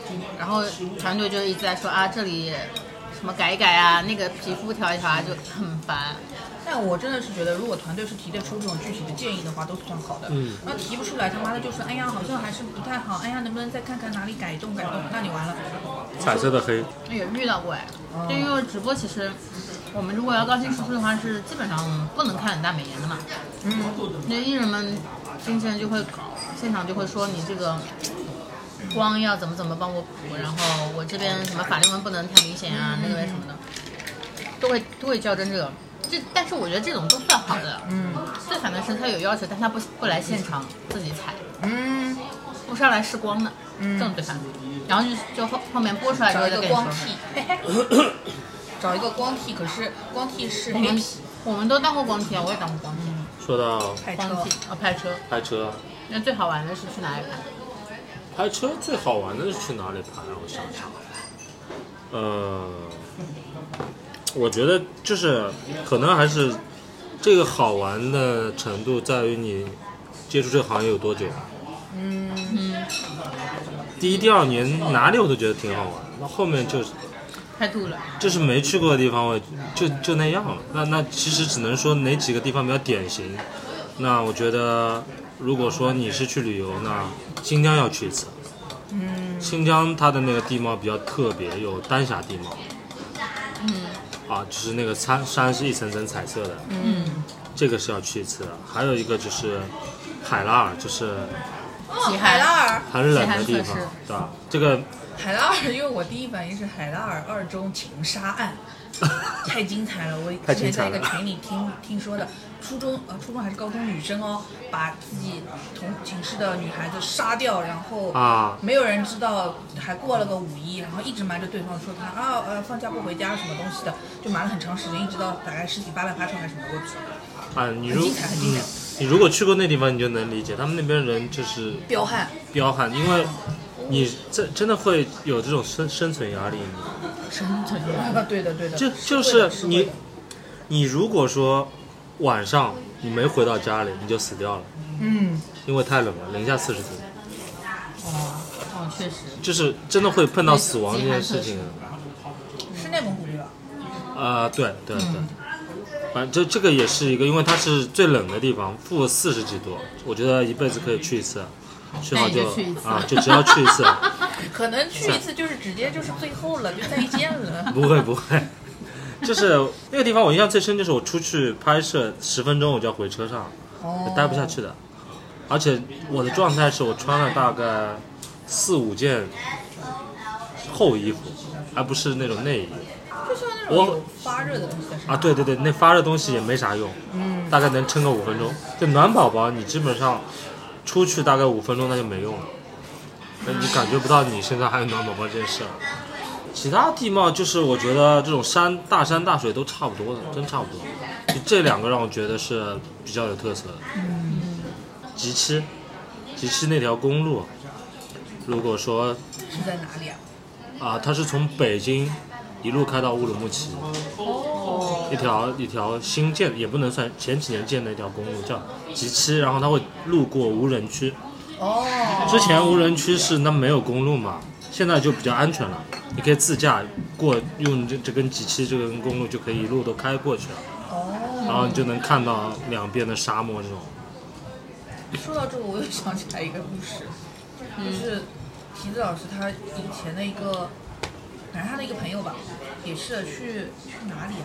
然后团队就一直在说啊，这里什么改一改啊，那个皮肤调一调啊，就很烦。 但我真的是觉得，如果团队是提得出这种具体的建议的话，都算好的。嗯。然后提不出来，他妈的就说，哎呀，好像还是不太好，哎呀，能不能再看看哪里改动改动？那你完了。 彩色的黑。 也遇到过哎，就因为直播其实。我们如果要高清输出的话，是基本上不能看很大美颜的嘛。嗯，那艺人们经纪人就会搞，现场就会说你这个光要怎么怎么帮我补，然后我这边什么法令纹不能太明显啊，嗯、那个什么的，都会都会较真这个。这但是我觉得这种都算好的。嗯，最惨的是他有要求，但他不不来现场自己采。嗯，不上来试光的，嗯、这种最惨。然后就就后后面播出来之后再跟你说。找一个光替，可是光替是黑皮。 我们都当过光替啊，我也当过光替。 说到拍车啊，拍车， 拍车。 那最好玩的是去哪里拍？ 拍车最好玩的是去哪里拍？我想想，呃，我觉得就是可能还是这个好玩的程度在于你接触这个行业有多久。嗯嗯。第一、第二年哪里我都觉得挺好玩，那后面就是。 太吐了， 就是没去过的地方，我就就那样了。那那其实只能说哪几个地方比较典型。那我觉得，如果说你是去旅游，那新疆要去一次。嗯。新疆它的那个地貌比较特别，有丹霞地貌。嗯。啊，就是那个山山是一层层彩色的。嗯。这个是要去一次的。还有一个就是海拉尔，就是。 哦，海拉尔。 很冷的地方，对吧？这个。 海拉尔，因为我第一反应是海拉尔二中情杀案，太精彩了！我之前在一个群里听听说的，初中呃初中还是高中女生哦，把自己同寝室的女孩子杀掉，然后啊没有人知道，还过了个五一，然后一直瞒着对方说他啊呃放假不回家什么东西的，就瞒了很长时间，一直到大概十几八万发出还是什么过去。 啊，你如很精彩，很精彩。 你如果去过那地方，你就能理解，他们那边人就是彪悍， 彪悍，因为。你这真的会有这种生生存压力？ 生存压力，对的对的。 就就是你，你如果说晚上你没回到家里，你就死掉了。嗯。因为太冷了，零下四十度。 哦哦，确实。 就是真的会碰到死亡这件事情。 是内蒙古对吧？ 呃，对对对。嗯、反正这这个也是一个，因为它是最冷的地方，负四十几度，我觉得一辈子可以去一次。去好就啊，就只要去一次， 可能去一次就是直接就是最后了，就再见了。 不会不会，就是那个地方我印象最深，就是我出去拍摄十分钟我就要回车上，哦、待不下去的。而且我的状态是我穿了大概四五件厚衣服，而不是那种内衣。 就像那种有发热的东西在身上啊，对对对，那发热东西也没啥用，嗯，大概能撑个五分钟。就暖宝宝，你基本上。出去大概五分钟那就没用了，那你感觉不到你身上还有暖宝宝这件事。其他地貌就是我觉得这种山大山大水都差不多的，真差不多。就这两个让我觉得是比较有特色的。嗯。吉七，吉七那条公路，如果说是在哪里啊？ 啊，它是从北京一路开到乌鲁木齐。哦。一条一条新建，也不能算前几年建的一条公路，叫吉七，然后它会路过无人区。哦。之前无人区是那没有公路嘛，现在就比较安全了，你可以自驾过，用这这根吉七这根公路就可以一路都开过去了。哦。然后你就能看到两边的沙漠这种。 说到这个，我又想起来一个故事，就是提子老师他以前的一个，反正他的一个朋友吧，也是去去哪里啊？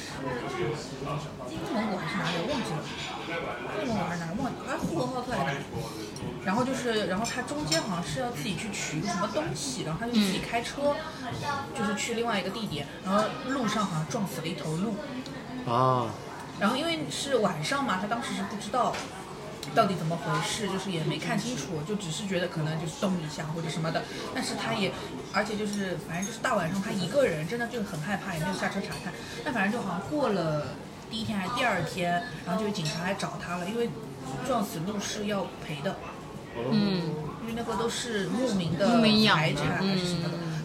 内蒙古还是哪里？我忘记了。内蒙古还是哪里？忘记了。啊，呼和浩特还是哪里？然后就是，然后他中间好像是要自己去取一个什么东西，然后他就自己开车，就是去另外一个地点，然后路上好像撞死了一头鹿。啊。然后因为是晚上嘛，他当时是不知道到底怎么回事，就是也没看清楚，就只是觉得可能就是动一下或者什么的，但是他也，而且就是反正就是大晚上他一个人，真的就很害怕，也没有下车查看。但反正就好像过了第一天还是第二天，然后就有警察来找他了，因为撞死鹿是要赔的，嗯，因为那个都是牧民的财产还是什么的，嗯、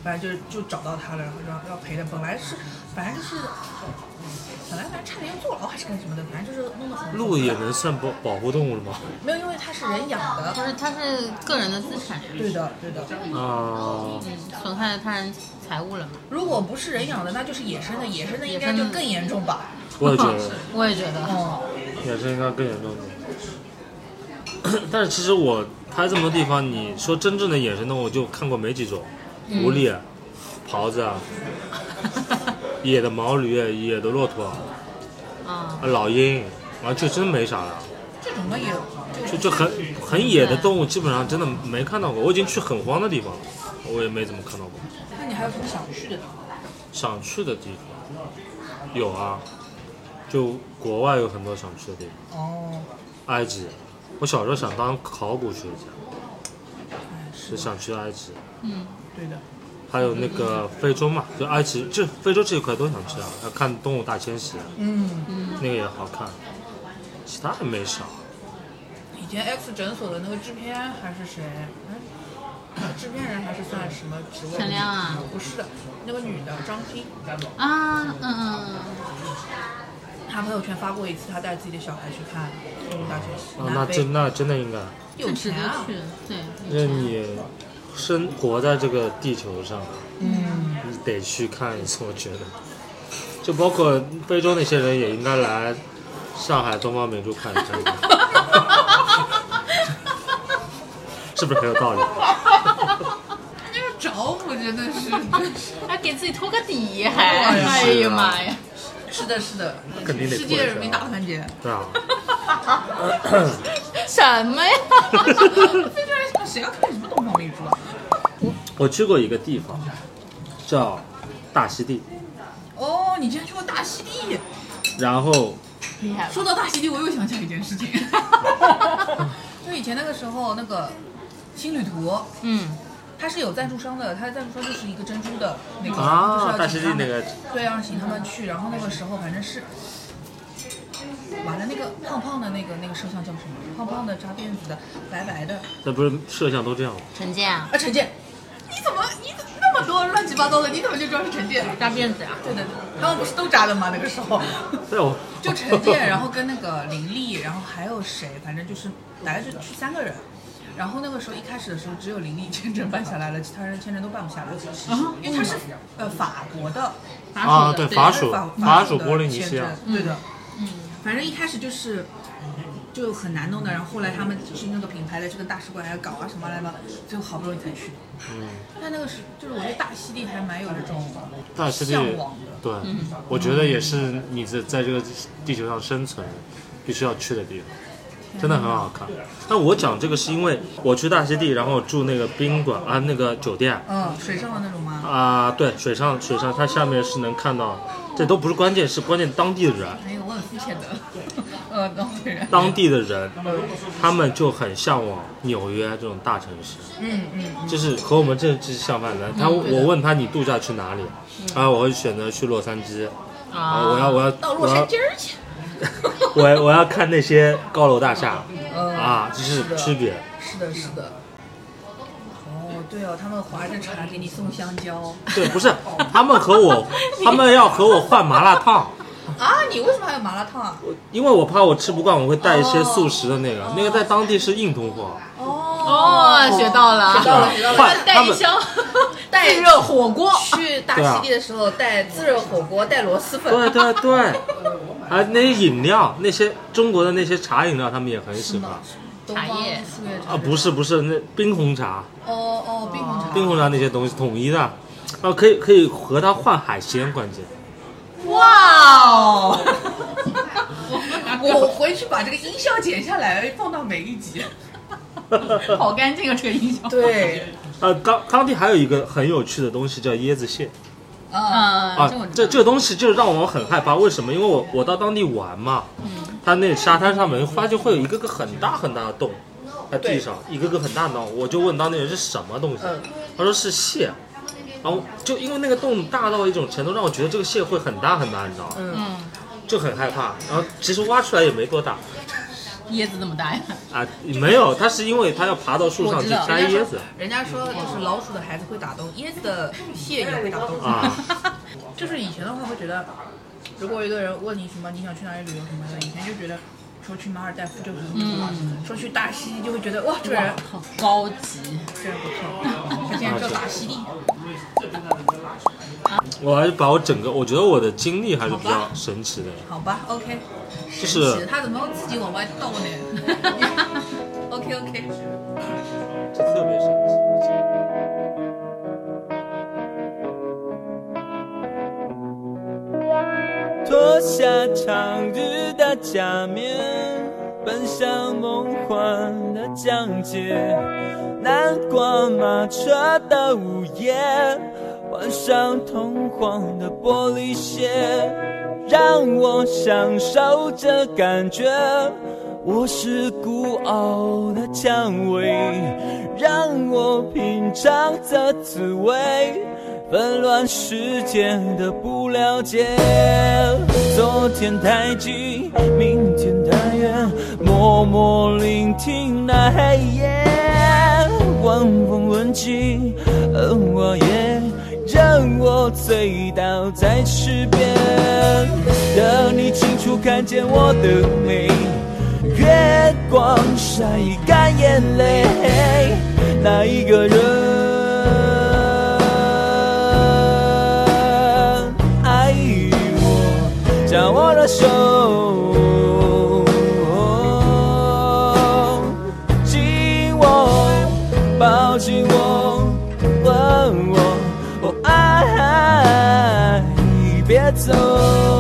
反正就就找到他了，然后要要赔的。本来是反正就是本来反正差点要坐牢还是干什么的，反正就是弄得很。 鹿也能算保保护动物了吗？ 没有，因为它是人养的， 不是，它是个人的资产。 对的，对的。 啊、 嗯，损害了他人财物了嘛？ 如果不是人养的，那就是野生的，野生的应该就更严重吧？ 我也觉得， 我也觉得， 哦， 野生应该更严重点。但是其实我拍这么多地方，你说真正的野生动物就看过没几种，狐狸、嗯、狍子啊，野的毛驴、野的骆驼， 啊， 老鹰，啊，就真没啥了。 这种的也就就很很野的动物，基本上真的没看到过。我已经去很荒的地方了，我也没怎么看到过。 那你还有什么想去的地方？ 想去的地方有啊，就国外有很多想去的地方。 哦， 埃及，我小时候想当考古学家，是想去埃及。 嗯， 对的。 还有那个非洲嘛，就埃及，就非洲这一块都想去啊，要看动物大迁徙。 嗯嗯， 那个也好看，其他也没啥。 以前 X 诊所的那个制片还是谁？制片人还是算什么职位？ 陈亮啊？ 不是，那个女的张晶。 啊，嗯嗯嗯。 他朋友圈发过一次，他带自己的小孩去看动物大迁徙。 啊，那真那真的应该。 有钱啊！ 对。 因为你生活在这个地球上， 嗯， 你得去看一次，我觉得。就包括非洲那些人也应该来上海东方明珠看一下。是不是很有道理？ 那个找我真的是， 还给自己拖个底，还哎呀妈呀！ 是的，是的， 肯定得世界人民大团结。 对啊。 什么呀？ 非洲人想谁要看什么东方明珠啊？ 我去过一个地方，叫大溪地。 哦，你竟然去过大溪地？ 然后， 厉害。 说到大溪地，我又想起来一件事情。就以前那个时候，那个新旅途， 嗯， 它是有赞助商的，它的赞助商就是一个珍珠的那个， 啊、 就是要大溪地那个， 对，要请他们去。然后那个时候反正是，完了那个胖胖的那个那个摄像叫什么？胖胖的扎辫子的，白白的。 那不是摄像都这样吗？ 陈建啊？ 啊，陈建，你怎么你怎么那么多乱七八糟的？你怎么就知道是陈建？ 扎辫子啊？ 对对对，他们不是都扎的吗？那个时候。 对我。 就陈建，然后跟那个林丽，然后还有谁？反正就是大概就去三个人。然后那个时候一开始的时候，只有林丽签证办下来了，其他人签证都办不下来， 啊、 因为他是呃法国的， 啊，对，法属法属波利尼西亚， 对的，嗯，反正一开始就是就很难弄的，然后后来他们是那个品牌的这个大使馆要搞啊什么来吧，最后好不容易才去。嗯，但那个是就是我觉得大溪地还蛮有这种大溪地向往的， 对，嗯、我觉得也是你在在这个地球上生存必须要去的地方。真的很好看，但我讲这个是因为我去大溪地，然后住那个宾馆啊，那个酒店， 嗯，水上的那种吗？ 啊，对，水上水上，它下面是能看到，这都不是关键，是关键当地的人。 哎呦，我很肤浅的，呃，当地人。 当地的人，他们就很向往纽约这种大城市， 嗯嗯， 就是和我们这这是相反的。他我问他你度假去哪里，然后我会选择去洛杉矶，啊，我要我要到洛杉矶去。 我我要看那些高楼大厦，嗯、啊，这是区别。 是的，是的。哦，对哦，他们划着茶给你送香蕉。 对，不是，他们和我，他们要和我换麻辣烫。 啊，你为什么还有麻辣烫啊？ 因为我怕我吃不惯，我会带一些速食的那个，哦、那个在当地是硬通货。 哦，学到了， 学到了，学到了。 带一箱带自热火锅， 去大溪地的时候带自热火锅，带螺蛳粉。 对对对。还有那些饮料，那些中国的那些茶饮料，他们也很喜欢。 茶叶啊，不是不是，那冰红茶。 哦哦，冰红茶。 冰红茶那些东西统一的，啊，可以可以和它换海鲜，关键。 哇哦！我回去把这个音效剪下来，放到每一集。 好干净啊，这个音效。 对。 呃，当当地还有一个很有趣的东西叫椰子蟹。 嗯啊，这这个东西就让我很害怕，为什么？因为我我到当地玩嘛，嗯，它那沙滩上面发现会有一个个很大很大的洞，在地上一个个很大的洞，我就问当地人是什么东西，嗯、他说是蟹，然后就因为那个洞大到一种程度，让我觉得这个蟹会很大很大，你知道吗？ 嗯， 就很害怕，然后其实挖出来也没多大， 椰子那么大呀？ 啊，没有，它是因为它要爬到树上去摘椰子。 人家说就是老鼠的孩子会打洞，椰子的蟹也会打洞啊。 就是以前的话会觉得，如果有一个人问你什么你想去哪里旅游什么的，以前就觉得说去马尔代夫就很不错，嗯、说去大溪地就会觉得哇这个人好高级， 真不错。他现在叫大溪地。 我还是把我整个，我觉得我的经历还是比较神奇的。 好吧 ，OK， 就是他怎么自己往外倒呢？OK OK， 这特别神奇。 脱下长日的假面，奔向梦幻的疆界，南瓜马车的午夜，换上通黄的玻璃鞋，让我享受这感觉。我是孤傲的蔷薇，让我品尝这滋味。纷乱世界的不了解，昨天太近，明天太远，默默聆听那黑夜，晚风吻尽，而我也让我醉倒在池边，让你清楚看见我的美，月光晒干眼泪，那一个人将我的手紧握，抱紧我，问我，哦爱，别走。